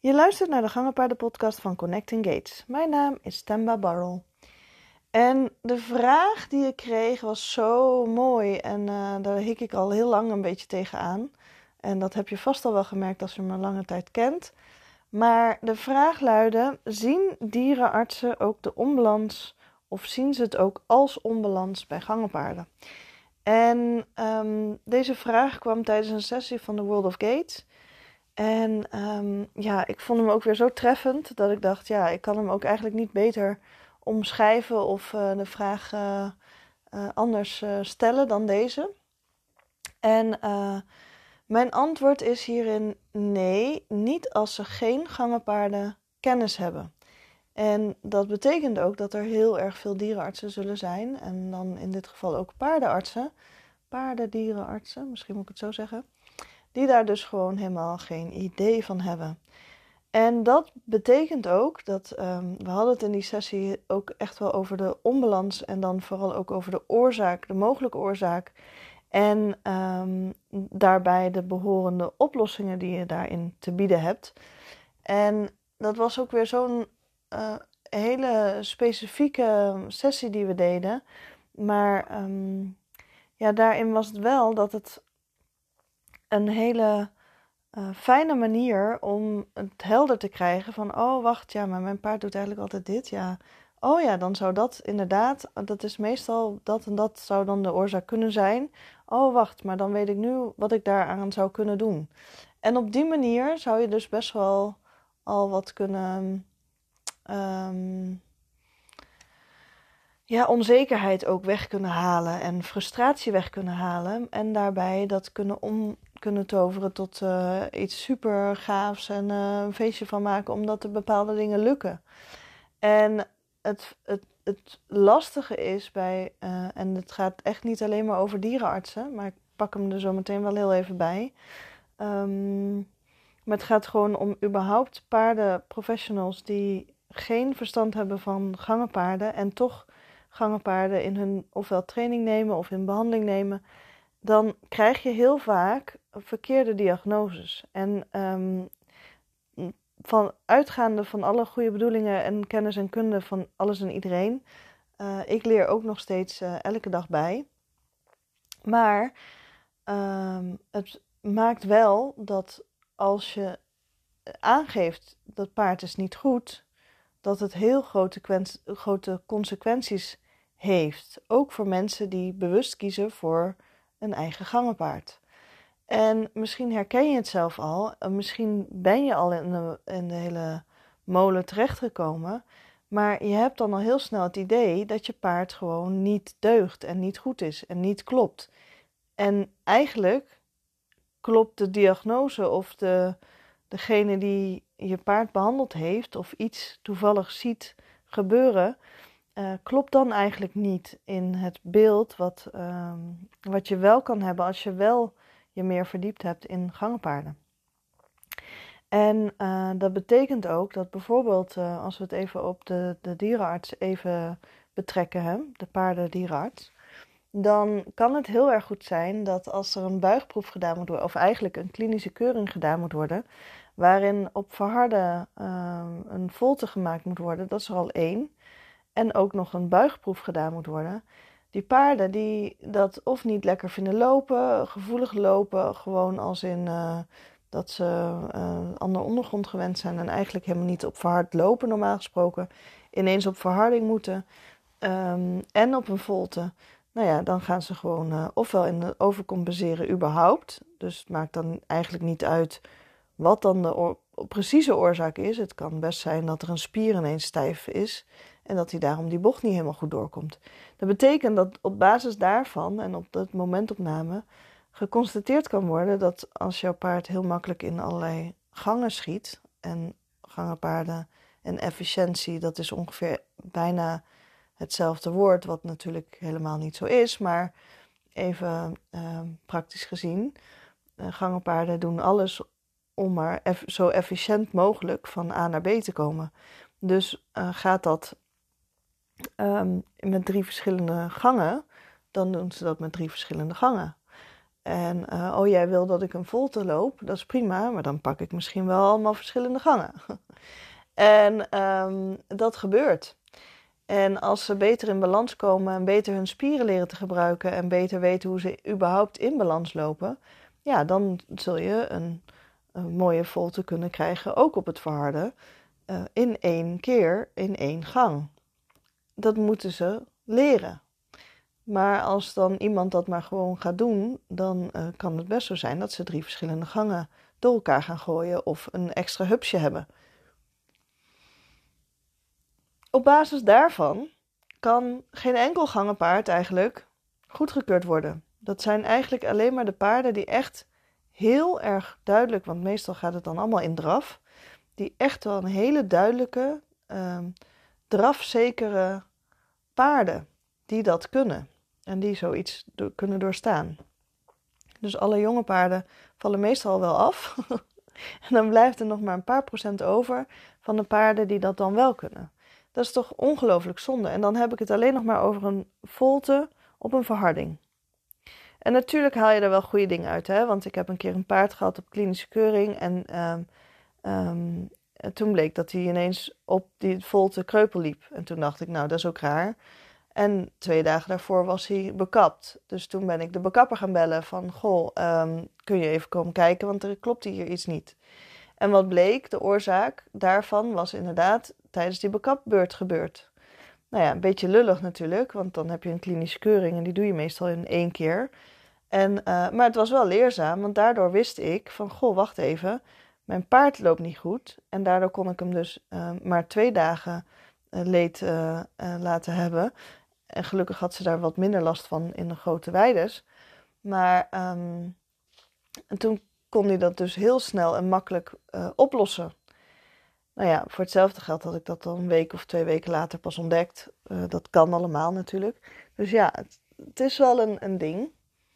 Je luistert naar de Gangenpaardenpodcast van Connecting Gates. Mijn naam is Temba Barrel. En de vraag die ik kreeg was zo mooi en daar hik ik al heel lang een beetje tegenaan. En dat heb je vast al wel gemerkt als je me lange tijd kent. Maar de vraag luidde, zien dierenartsen ook de onbalans of zien ze het ook als onbalans bij gangenpaarden? En deze vraag kwam tijdens een sessie van de World of Gates. En ik vond hem ook weer zo treffend dat ik dacht, ja, ik kan hem ook eigenlijk niet beter omschrijven of de vraag anders stellen dan deze. En mijn antwoord is hierin nee, niet als ze geen gangenpaarden kennis hebben. En dat betekent ook dat er heel erg veel dierenartsen zullen zijn. En dan in dit geval ook paardenartsen, paardendierenartsen, misschien moet ik het zo zeggen. Die daar dus gewoon helemaal geen idee van hebben. En dat betekent ook dat, we hadden het in die sessie ook echt wel over de onbalans en dan vooral ook over de oorzaak, de mogelijke oorzaak. En daarbij de behorende oplossingen die je daarin te bieden hebt. En dat was ook weer zo'n hele specifieke sessie die we deden. Maar daarin was het wel dat het een hele fijne manier om het helder te krijgen van, oh wacht, ja, maar mijn paard doet eigenlijk altijd dit, ja. Oh ja, dan zou dat inderdaad, dat is meestal dat en dat zou dan de oorzaak kunnen zijn. Oh wacht, maar dan weet ik nu wat ik daaraan zou kunnen doen. En op die manier zou je dus best wel al wat kunnen, onzekerheid ook weg kunnen halen en frustratie weg kunnen halen. En daarbij dat kunnen toveren tot iets super gaafs en een feestje van maken omdat er bepaalde dingen lukken. En het lastige is bij, en het gaat echt niet alleen maar over dierenartsen, maar ik pak hem er zo meteen wel heel even bij. Maar het gaat gewoon om überhaupt paardenprofessionals die geen verstand hebben van gangenpaarden en toch gangenpaarden in hun ofwel training nemen of in behandeling nemen. Dan krijg je heel vaak verkeerde diagnoses. En uitgaande van alle goede bedoelingen en kennis en kunde van alles en iedereen. Ik leer ook nog steeds elke dag bij. Maar het maakt wel dat als je aangeeft dat paard is niet goed, dat het heel grote consequenties heeft. Ook voor mensen die bewust kiezen voor een eigen gangenpaard. En misschien herken je het zelf al. Misschien ben je al in de hele molen terechtgekomen. Maar je hebt dan al heel snel het idee dat je paard gewoon niet deugt en niet goed is en niet klopt. En eigenlijk klopt de diagnose of degene die je paard behandeld heeft of iets toevallig ziet gebeuren, klopt dan eigenlijk niet in het beeld wat je wel kan hebben als je wel je meer verdiept hebt in gangenpaarden. En dat betekent ook dat bijvoorbeeld, als we het even op de dierenarts even betrekken, hè, de paardendierenarts, dan kan het heel erg goed zijn dat als er een buigproef gedaan moet worden, of eigenlijk een klinische keuring gedaan moet worden, waarin op verharde een volte gemaakt moet worden, dat is er al één, en ook nog een buigproef gedaan moet worden. Die paarden die dat of niet lekker vinden lopen, gevoelig lopen, gewoon als in dat ze andere ondergrond gewend zijn en eigenlijk helemaal niet op verhard lopen normaal gesproken, ineens op verharding moeten en op een volte. Nou ja, dan gaan ze gewoon ofwel in het overcompenseren überhaupt. Dus het maakt dan eigenlijk niet uit wat dan de precieze oorzaak is. Het kan best zijn dat er een spier ineens stijf is en dat hij daarom die bocht niet helemaal goed doorkomt. Dat betekent dat op basis daarvan en op dat momentopname geconstateerd kan worden dat als jouw paard heel makkelijk in allerlei gangen schiet, en gangenpaarden en efficiëntie, dat is ongeveer bijna hetzelfde woord, wat natuurlijk helemaal niet zo is, maar even praktisch gezien. Gangenpaarden doen alles om maar zo efficiënt mogelijk van A naar B te komen. Dus gaat dat met 3 verschillende gangen, dan doen ze dat met 3 verschillende gangen. En jij wil dat ik een volte loop, dat is prima, maar dan pak ik misschien wel allemaal verschillende gangen. En dat gebeurt. En als ze beter in balans komen en beter hun spieren leren te gebruiken en beter weten hoe ze überhaupt in balans lopen, ja, dan zul je een mooie volte kunnen krijgen, ook op het verharden, in 1 keer, in 1 gang. Dat moeten ze leren. Maar als dan iemand dat maar gewoon gaat doen, dan kan het best zo zijn dat ze 3 verschillende gangen door elkaar gaan gooien of een extra hupsje hebben. Op basis daarvan kan geen enkel gangenpaard eigenlijk goedgekeurd worden. Dat zijn eigenlijk alleen maar de paarden die echt heel erg duidelijk, want meestal gaat het dan allemaal in draf, die echt wel een hele duidelijke, drafzekere paarden die dat kunnen. En die zoiets kunnen doorstaan. Dus alle jonge paarden vallen meestal wel af. En dan blijft er nog maar een paar procent over van de paarden die dat dan wel kunnen. Dat is toch ongelooflijk zonde. En dan heb ik het alleen nog maar over een volte op een verharding. En natuurlijk haal je er wel goede dingen uit. Hè? Want ik heb een keer een paard gehad op klinische keuring. En toen bleek dat hij ineens op die volte kreupel liep. En toen dacht ik, nou dat is ook raar. En 2 dagen daarvoor was hij bekapt. Dus toen ben ik de bekapper gaan bellen van, kun je even komen kijken, want er klopt hier iets niet. En wat bleek, de oorzaak daarvan was inderdaad tijdens die bekapbeurt gebeurd. Nou ja, een beetje lullig natuurlijk, want dan heb je een klinische keuring en die doe je meestal in 1 keer. Maar het was wel leerzaam, want daardoor wist ik van, wacht even, mijn paard loopt niet goed. En daardoor kon ik hem dus maar 2 dagen leed laten hebben. En gelukkig had ze daar wat minder last van in de grote weides. Maar en toen kon hij dat dus heel snel en makkelijk oplossen. Nou ja, voor hetzelfde geld had ik dat dan 1 week of 2 weken later pas ontdekt. Dat kan allemaal natuurlijk. Dus ja, het is wel een ding.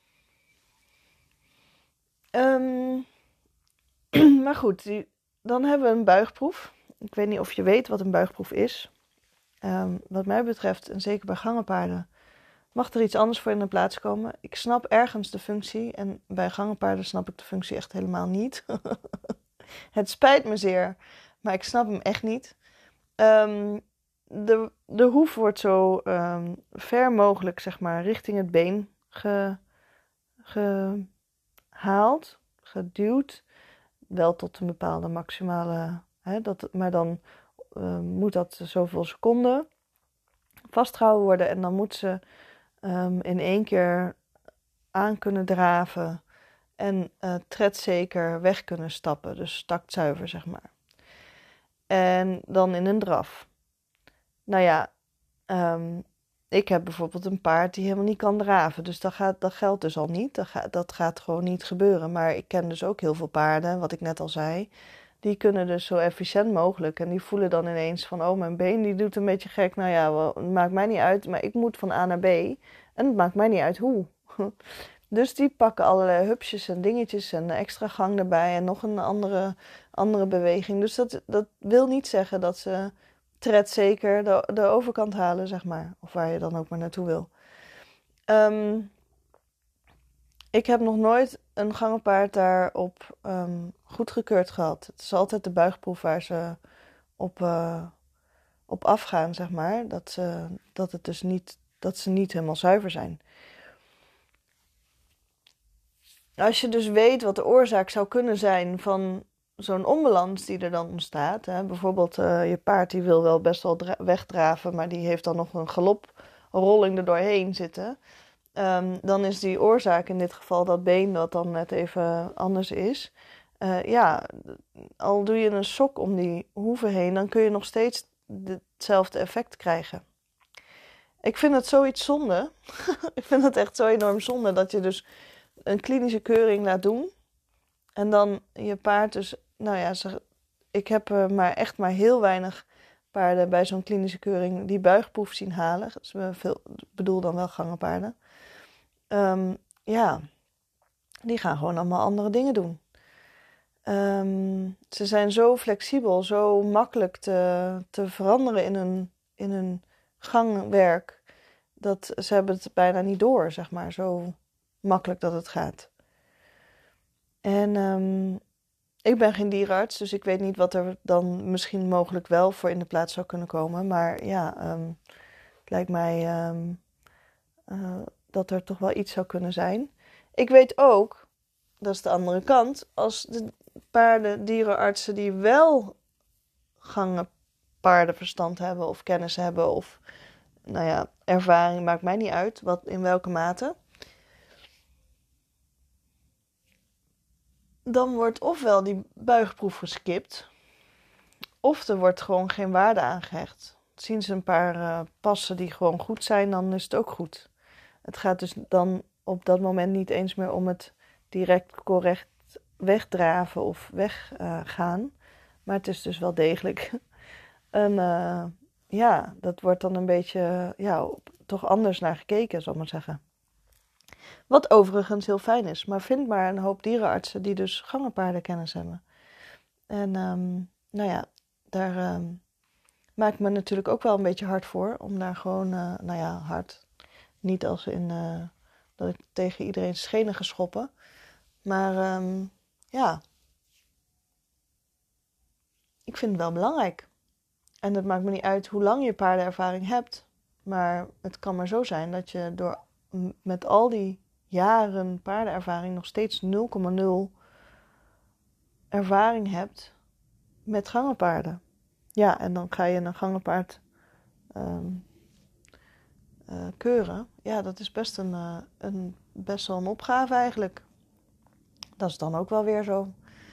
Maar goed, dan hebben we een buigproef. Ik weet niet of je weet wat een buigproef is. Wat mij betreft, en zeker bij gangenpaarden, mag er iets anders voor in de plaats komen. Ik snap ergens de functie en bij gangenpaarden snap ik de functie echt helemaal niet. Het spijt me zeer, maar ik snap hem echt niet. De hoef wordt zo ver mogelijk, zeg maar, richting het been gehaald, geduwd. Wel tot een bepaalde maximale, maar dan moet dat zoveel seconden vastgehouden worden. En dan moet ze in 1 keer aan kunnen draven en tredzeker weg kunnen stappen. Dus taktzuiver, zeg maar. En dan in een draf. Nou ja, ik heb bijvoorbeeld een paard die helemaal niet kan draven. Dus dat geldt dus al niet. Dat gaat gewoon niet gebeuren. Maar ik ken dus ook heel veel paarden, wat ik net al zei. Die kunnen dus zo efficiënt mogelijk. En die voelen dan ineens van, mijn been die doet een beetje gek. Nou ja, het maakt mij niet uit. Maar ik moet van A naar B. En het maakt mij niet uit hoe. Dus die pakken allerlei hupsjes en dingetjes en een extra gang erbij. En nog een andere beweging. Dus dat wil niet zeggen dat ze tredzeker de overkant halen, zeg maar. Of waar je dan ook maar naartoe wil. Ik heb nog nooit een gangenpaard daarop goedgekeurd gehad. Het is altijd de buigproef waar ze op afgaan, zeg maar. Dat ze niet helemaal zuiver zijn. Als je dus weet wat de oorzaak zou kunnen zijn van zo'n onbalans die er dan ontstaat. Hè, bijvoorbeeld je paard die wil wel best wel wegdraven, maar die heeft dan nog een galoprolling er doorheen zitten. Dan is die oorzaak in dit geval dat been dat dan net even anders is. Al doe je een sok om die hoeven heen, dan kun je nog steeds hetzelfde effect krijgen. Ik vind het zoiets zonde. Ik vind het echt zo enorm zonde dat je dus een klinische keuring laat doen. En dan je paard dus, ik heb maar heel weinig paarden bij zo'n klinische keuring die buigproef zien halen. Dus bedoel dan wel gangenpaarden. Die gaan gewoon allemaal andere dingen doen. Ze zijn zo flexibel, zo makkelijk te veranderen in een gangwerk. Dat ze hebben het bijna niet door, zeg maar. Zo makkelijk dat het gaat. En ik ben geen dierenarts, dus ik weet niet wat er dan misschien mogelijk wel voor in de plaats zou kunnen komen. Maar ja, het lijkt mij dat er toch wel iets zou kunnen zijn. Ik weet ook, dat is de andere kant, als de paardendierenartsen die wel gangenpaardenverstand hebben of kennis hebben of nou ja, ervaring, maakt mij niet uit in welke mate. Dan wordt ofwel die buigproef geskipt, of er wordt gewoon geen waarde aangehecht. Zien ze een paar passen die gewoon goed zijn, dan is het ook goed. Het gaat dus dan op dat moment niet eens meer om het direct correct wegdraven of weggaan. Maar het is dus wel degelijk ja, dat wordt dan een beetje toch anders naar gekeken, zal ik maar zeggen. Wat overigens heel fijn is. Maar vind maar een hoop dierenartsen die dus gangenpaardenkennis hebben. En nou ja, daar maak ik me natuurlijk ook wel een beetje hard voor. Om daar gewoon, nou ja, hard. Niet als in dat ik tegen iedereen schenen ga schoppen. Maar ja, ik vind het wel belangrijk. En het maakt me niet uit hoe lang je paardenervaring hebt. Maar het kan maar zo zijn dat je met al die jaren paardenervaring nog steeds 0,0 ervaring hebt met gangenpaarden. Ja, en dan ga je een gangenpaard keuren. Ja, dat is best best wel een opgave eigenlijk. Dat is dan ook wel weer zo.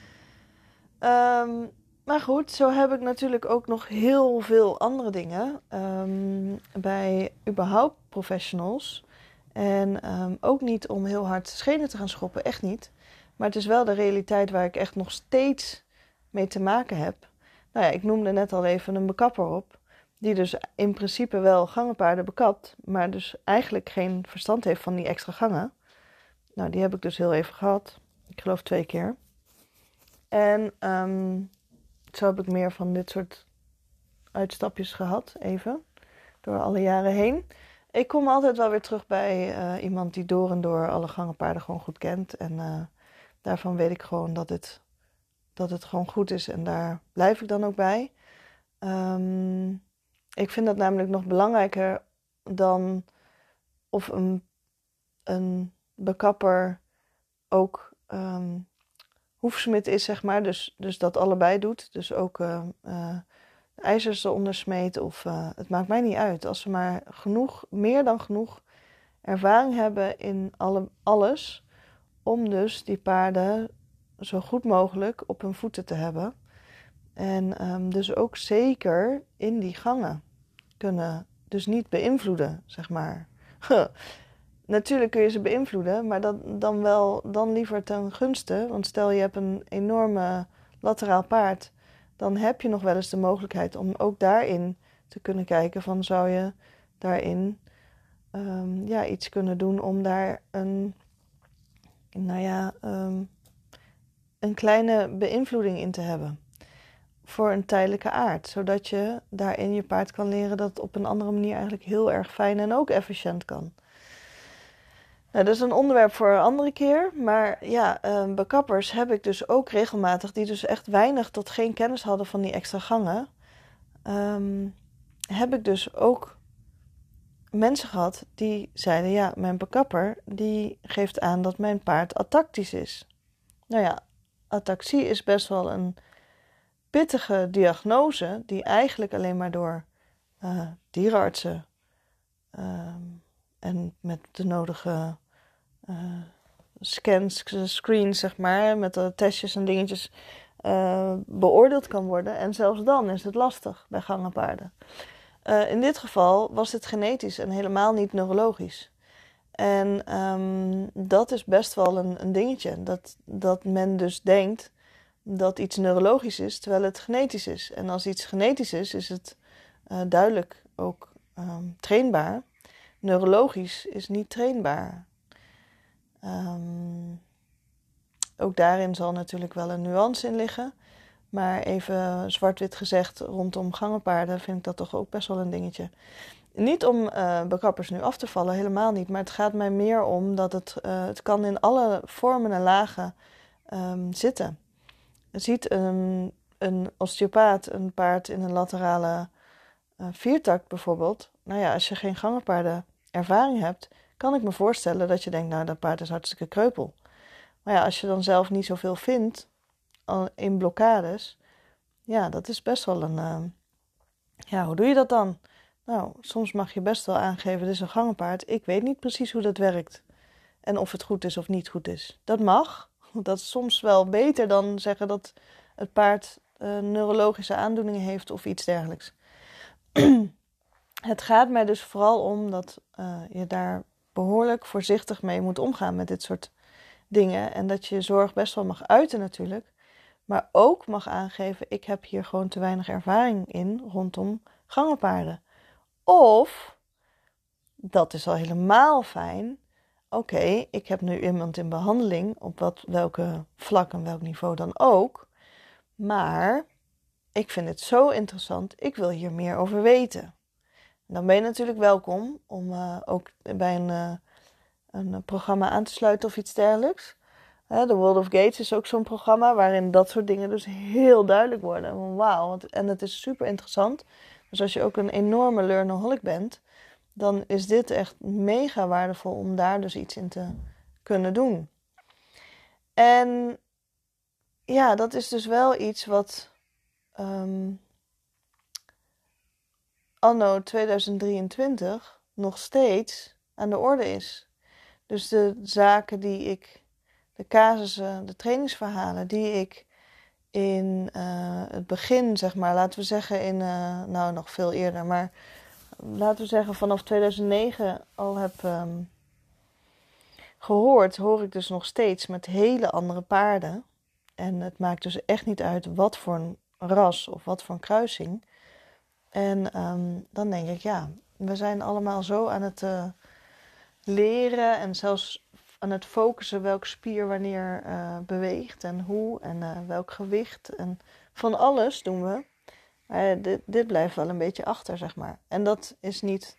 Maar goed, zo heb ik natuurlijk ook nog heel veel andere dingen bij überhaupt professionals. En ook niet om heel hard schenen te gaan schoppen, echt niet. Maar het is wel de realiteit waar ik echt nog steeds mee te maken heb. Nou ja, ik noemde net al even een bekapper op. Die dus in principe wel gangenpaarden bekapt, maar dus eigenlijk geen verstand heeft van die extra gangen. Nou, die heb ik dus heel even gehad. Ik geloof 2 keer. En zo heb ik meer van dit soort uitstapjes gehad, even. Door alle jaren heen. Ik kom altijd wel weer terug bij iemand die door en door alle gangenpaarden gewoon goed kent. En daarvan weet ik gewoon dat het gewoon goed is. En daar blijf ik dan ook bij. Ik vind dat namelijk nog belangrijker dan of een bekapper ook hoefsmid is, zeg maar. Dus dat allebei doet. Dus ook ijzers eronder smeet of het maakt mij niet uit. Als ze maar meer dan genoeg ervaring hebben in alles, om dus die paarden zo goed mogelijk op hun voeten te hebben. En dus ook zeker in die gangen kunnen, dus niet beïnvloeden, zeg maar. Natuurlijk kun je ze beïnvloeden, maar dan liever ten gunste. Want stel je hebt een enorme lateraal paard, dan heb je nog wel eens de mogelijkheid om ook daarin te kunnen kijken van zou je daarin iets kunnen doen om daar een kleine beïnvloeding in te hebben. Voor een tijdelijke aard, zodat je daarin je paard kan leren dat het op een andere manier eigenlijk heel erg fijn en ook efficiënt kan. Nou, dat is een onderwerp voor een andere keer. Maar ja, bekappers heb ik dus ook regelmatig, die dus echt weinig tot geen kennis hadden van die extra gangen. Heb ik dus ook mensen gehad die zeiden, ja, mijn bekapper die geeft aan dat mijn paard atactisch is. Nou ja, ataxie is best wel een pittige diagnose die eigenlijk alleen maar door dierenartsen en met de nodige screens, zeg maar, met de testjes en dingetjes beoordeeld kan worden. En zelfs dan is het lastig bij gangenpaarden. In dit geval was het genetisch en helemaal niet neurologisch. En dat is best wel een dingetje. Dat men dus denkt dat iets neurologisch is, terwijl het genetisch is. En als iets genetisch is het duidelijk ook trainbaar. Neurologisch is niet trainbaar. Ook daarin zal natuurlijk wel een nuance in liggen. Maar even zwart-wit gezegd, rondom gangenpaarden vind ik dat toch ook best wel een dingetje. Niet om bekappers nu af te vallen, helemaal niet. Maar het gaat mij meer om dat het kan in alle vormen en lagen zitten. Ziet een osteopaat een paard in een laterale viertakt bijvoorbeeld. Nou ja, als je geen gangenpaarden ervaring hebt, kan ik me voorstellen dat je denkt, nou, dat paard is hartstikke kreupel. Maar ja, als je dan zelf niet zoveel vindt in blokkades, ja, dat is best wel een... ja, hoe doe je dat dan? Nou, soms mag je best wel aangeven, dit is een gangenpaard. Ik weet niet precies hoe dat werkt. En of het goed is of niet goed is. Dat mag. Dat is soms wel beter dan zeggen dat het paard neurologische aandoeningen heeft of iets dergelijks. Het gaat mij dus vooral om dat je daar behoorlijk voorzichtig mee moet omgaan met dit soort dingen. En dat je je zorg best wel mag uiten natuurlijk. Maar ook mag aangeven, ik heb hier gewoon te weinig ervaring in rondom gangenpaarden. Of, dat is al helemaal fijn. Oké, ik heb nu iemand in behandeling, op welke vlak en welk niveau dan ook. Maar ik vind het zo interessant, ik wil hier meer over weten. Dan ben je natuurlijk welkom om ook bij een programma aan te sluiten of iets dergelijks. The World of Gates is ook zo'n programma waarin dat soort dingen dus heel duidelijk worden. Wauw, en het is super interessant. Dus als je ook een enorme learnaholic bent, dan is dit echt mega waardevol om daar dus iets in te kunnen doen. En ja, dat is dus wel iets wat anno 2023 nog steeds aan de orde is. Dus de zaken de casussen, de trainingsverhalen die ik in het begin, zeg maar, laten we zeggen nou nog veel eerder, maar laten we zeggen vanaf 2009 al heb gehoord, hoor ik dus nog steeds met hele andere paarden. En het maakt dus echt niet uit wat voor een ras of wat voor een kruising. En dan denk ik, ja, we zijn allemaal zo aan het leren en zelfs aan het focussen welke spier wanneer beweegt en hoe en welk gewicht. En van alles doen we. Dit blijft wel een beetje achter, zeg maar. En dat is niet...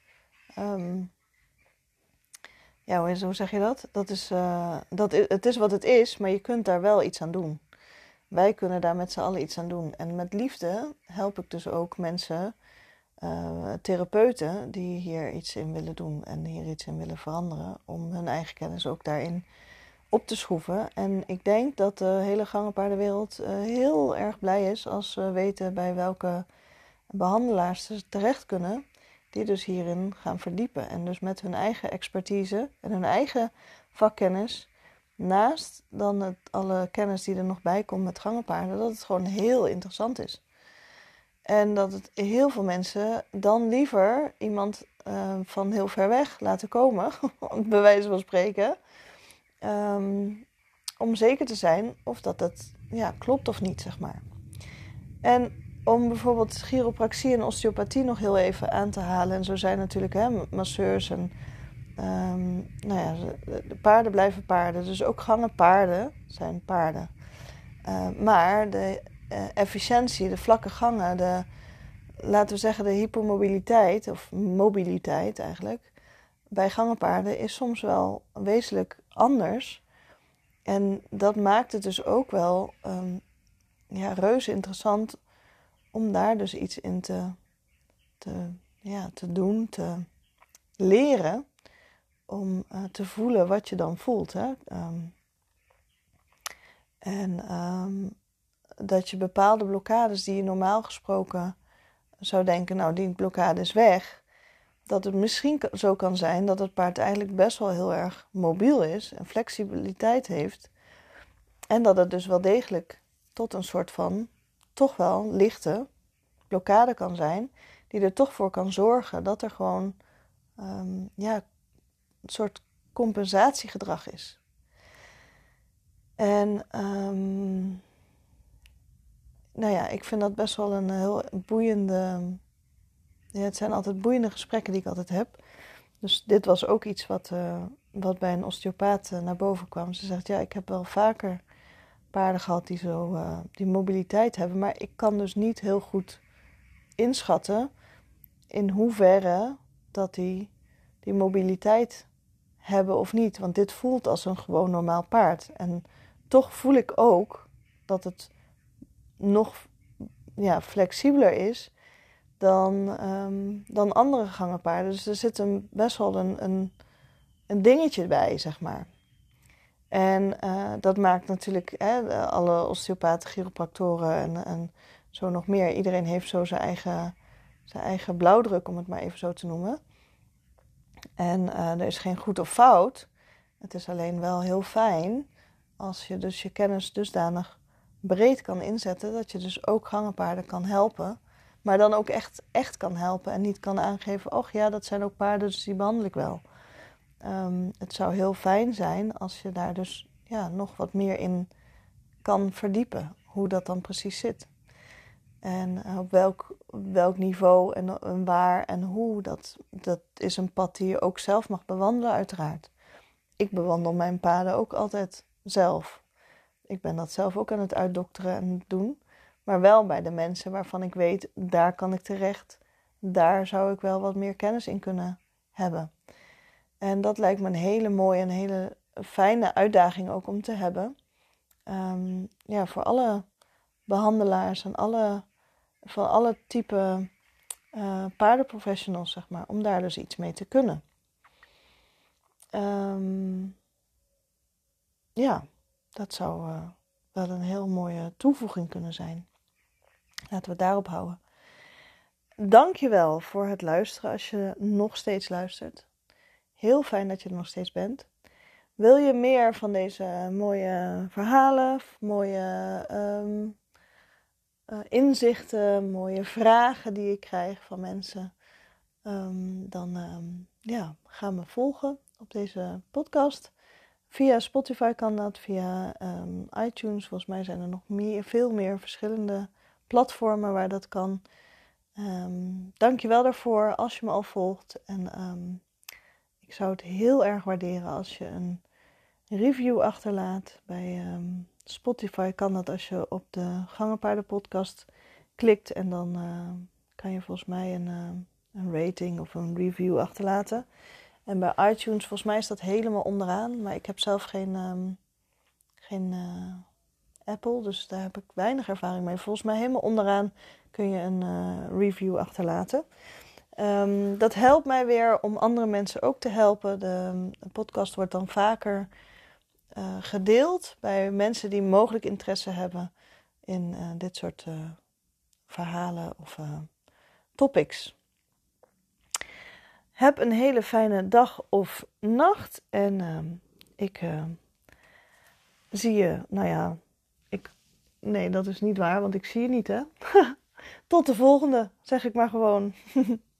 ja, hoe zeg je dat? Het is wat het is, maar je kunt daar wel iets aan doen. Wij kunnen daar met z'n allen iets aan doen. En met liefde help ik dus ook mensen, therapeuten, die hier iets in willen doen en hier iets in willen veranderen, om hun eigen kennis ook daarin op te schroeven. En ik denk dat de hele gangenpaardenwereld heel erg blij is als ze weten bij welke behandelaars ze terecht kunnen, die dus hierin gaan verdiepen. En dus met hun eigen expertise en hun eigen vakkennis, naast dan alle kennis die er nog bij komt met gangenpaarden, dat het gewoon heel interessant is. En dat het heel veel mensen dan liever iemand van heel ver weg laten komen, bij wijze van spreken, om zeker te zijn of dat het klopt of niet, zeg maar. En om bijvoorbeeld chiropractie en osteopathie nog heel even aan te halen. En zo zijn natuurlijk masseurs en de paarden blijven paarden. Dus ook gangenpaarden zijn paarden. Maar de efficiëntie, de vlakke gangen, laten we zeggen de hypermobiliteit, of mobiliteit eigenlijk, bij gangenpaarden is soms wel wezenlijk anders. En dat maakt het dus ook wel reuze interessant om daar dus iets in te doen, te leren, om te voelen wat je dan voelt. Hè? Dat je bepaalde blokkades die je normaal gesproken zou denken, nou die blokkade is weg, dat het misschien zo kan zijn dat het paard eigenlijk best wel heel erg mobiel is en flexibiliteit heeft. En dat het dus wel degelijk tot een soort van toch wel lichte blokkade kan zijn, die er toch voor kan zorgen dat er gewoon een soort compensatiegedrag is. En ik vind dat best wel een heel boeiende... Ja, het zijn altijd boeiende gesprekken die ik altijd heb. Dus dit was ook iets wat bij een osteopaat naar boven kwam. Ze zegt, ja, ik heb wel vaker paarden gehad die zo die mobiliteit hebben, maar ik kan dus niet heel goed inschatten in hoeverre dat die mobiliteit hebben of niet. Want dit voelt als een gewoon normaal paard. En toch voel ik ook dat het nog flexibeler is dan andere gangenpaarden. Dus er zit best wel een dingetje bij, zeg maar. En dat maakt natuurlijk alle osteopaten, chiropractoren en zo nog meer. Iedereen heeft zo zijn eigen blauwdruk, om het maar even zo te noemen. En er is geen goed of fout. Het is alleen wel heel fijn als je dus je kennis dusdanig breed kan inzetten, dat je dus ook gangenpaarden kan helpen. Maar dan ook echt kan helpen en niet kan aangeven, och ja, dat zijn ook paarden, dus die behandel ik wel. Het zou heel fijn zijn als je daar dus nog wat meer in kan verdiepen, hoe dat dan precies zit. En op welk niveau en waar en hoe, dat is een pad die je ook zelf mag bewandelen uiteraard. Ik bewandel mijn paden ook altijd zelf. Ik ben dat zelf ook aan het uitdokteren en doen. Maar wel bij de mensen waarvan ik weet, daar kan ik terecht. Daar zou ik wel wat meer kennis in kunnen hebben. En dat lijkt me een hele mooie en hele fijne uitdaging ook om te hebben. Voor alle behandelaars en van alle type paardenprofessionals, zeg maar. Om daar dus iets mee te kunnen. Dat zou wel een heel mooie toevoeging kunnen zijn. Laten we het daarop houden. Dankjewel voor het luisteren als je nog steeds luistert. Heel fijn dat je er nog steeds bent. Wil je meer van deze mooie verhalen, mooie inzichten, mooie vragen die ik krijg van mensen, dan ga me volgen op deze podcast. Via Spotify kan dat, via iTunes. Volgens mij zijn er nog veel meer verschillende platformen waar dat kan. Dankjewel daarvoor als je me al volgt. En ik zou het heel erg waarderen als je een review achterlaat. Bij Spotify kan dat als je op de Gangenpaarden podcast klikt. En dan kan je volgens mij een rating of een review achterlaten. En bij iTunes, volgens mij is dat helemaal onderaan. Maar ik heb zelf geen Apple, dus daar heb ik weinig ervaring mee. Volgens mij helemaal onderaan kun je een review achterlaten. Dat helpt mij weer om andere mensen ook te helpen. De podcast wordt dan vaker gedeeld bij mensen die mogelijk interesse hebben in dit soort verhalen of topics. Heb een hele fijne dag of nacht. En ik zie je, nee, dat is niet waar, want ik zie je niet, hè. Tot de volgende, zeg ik maar gewoon.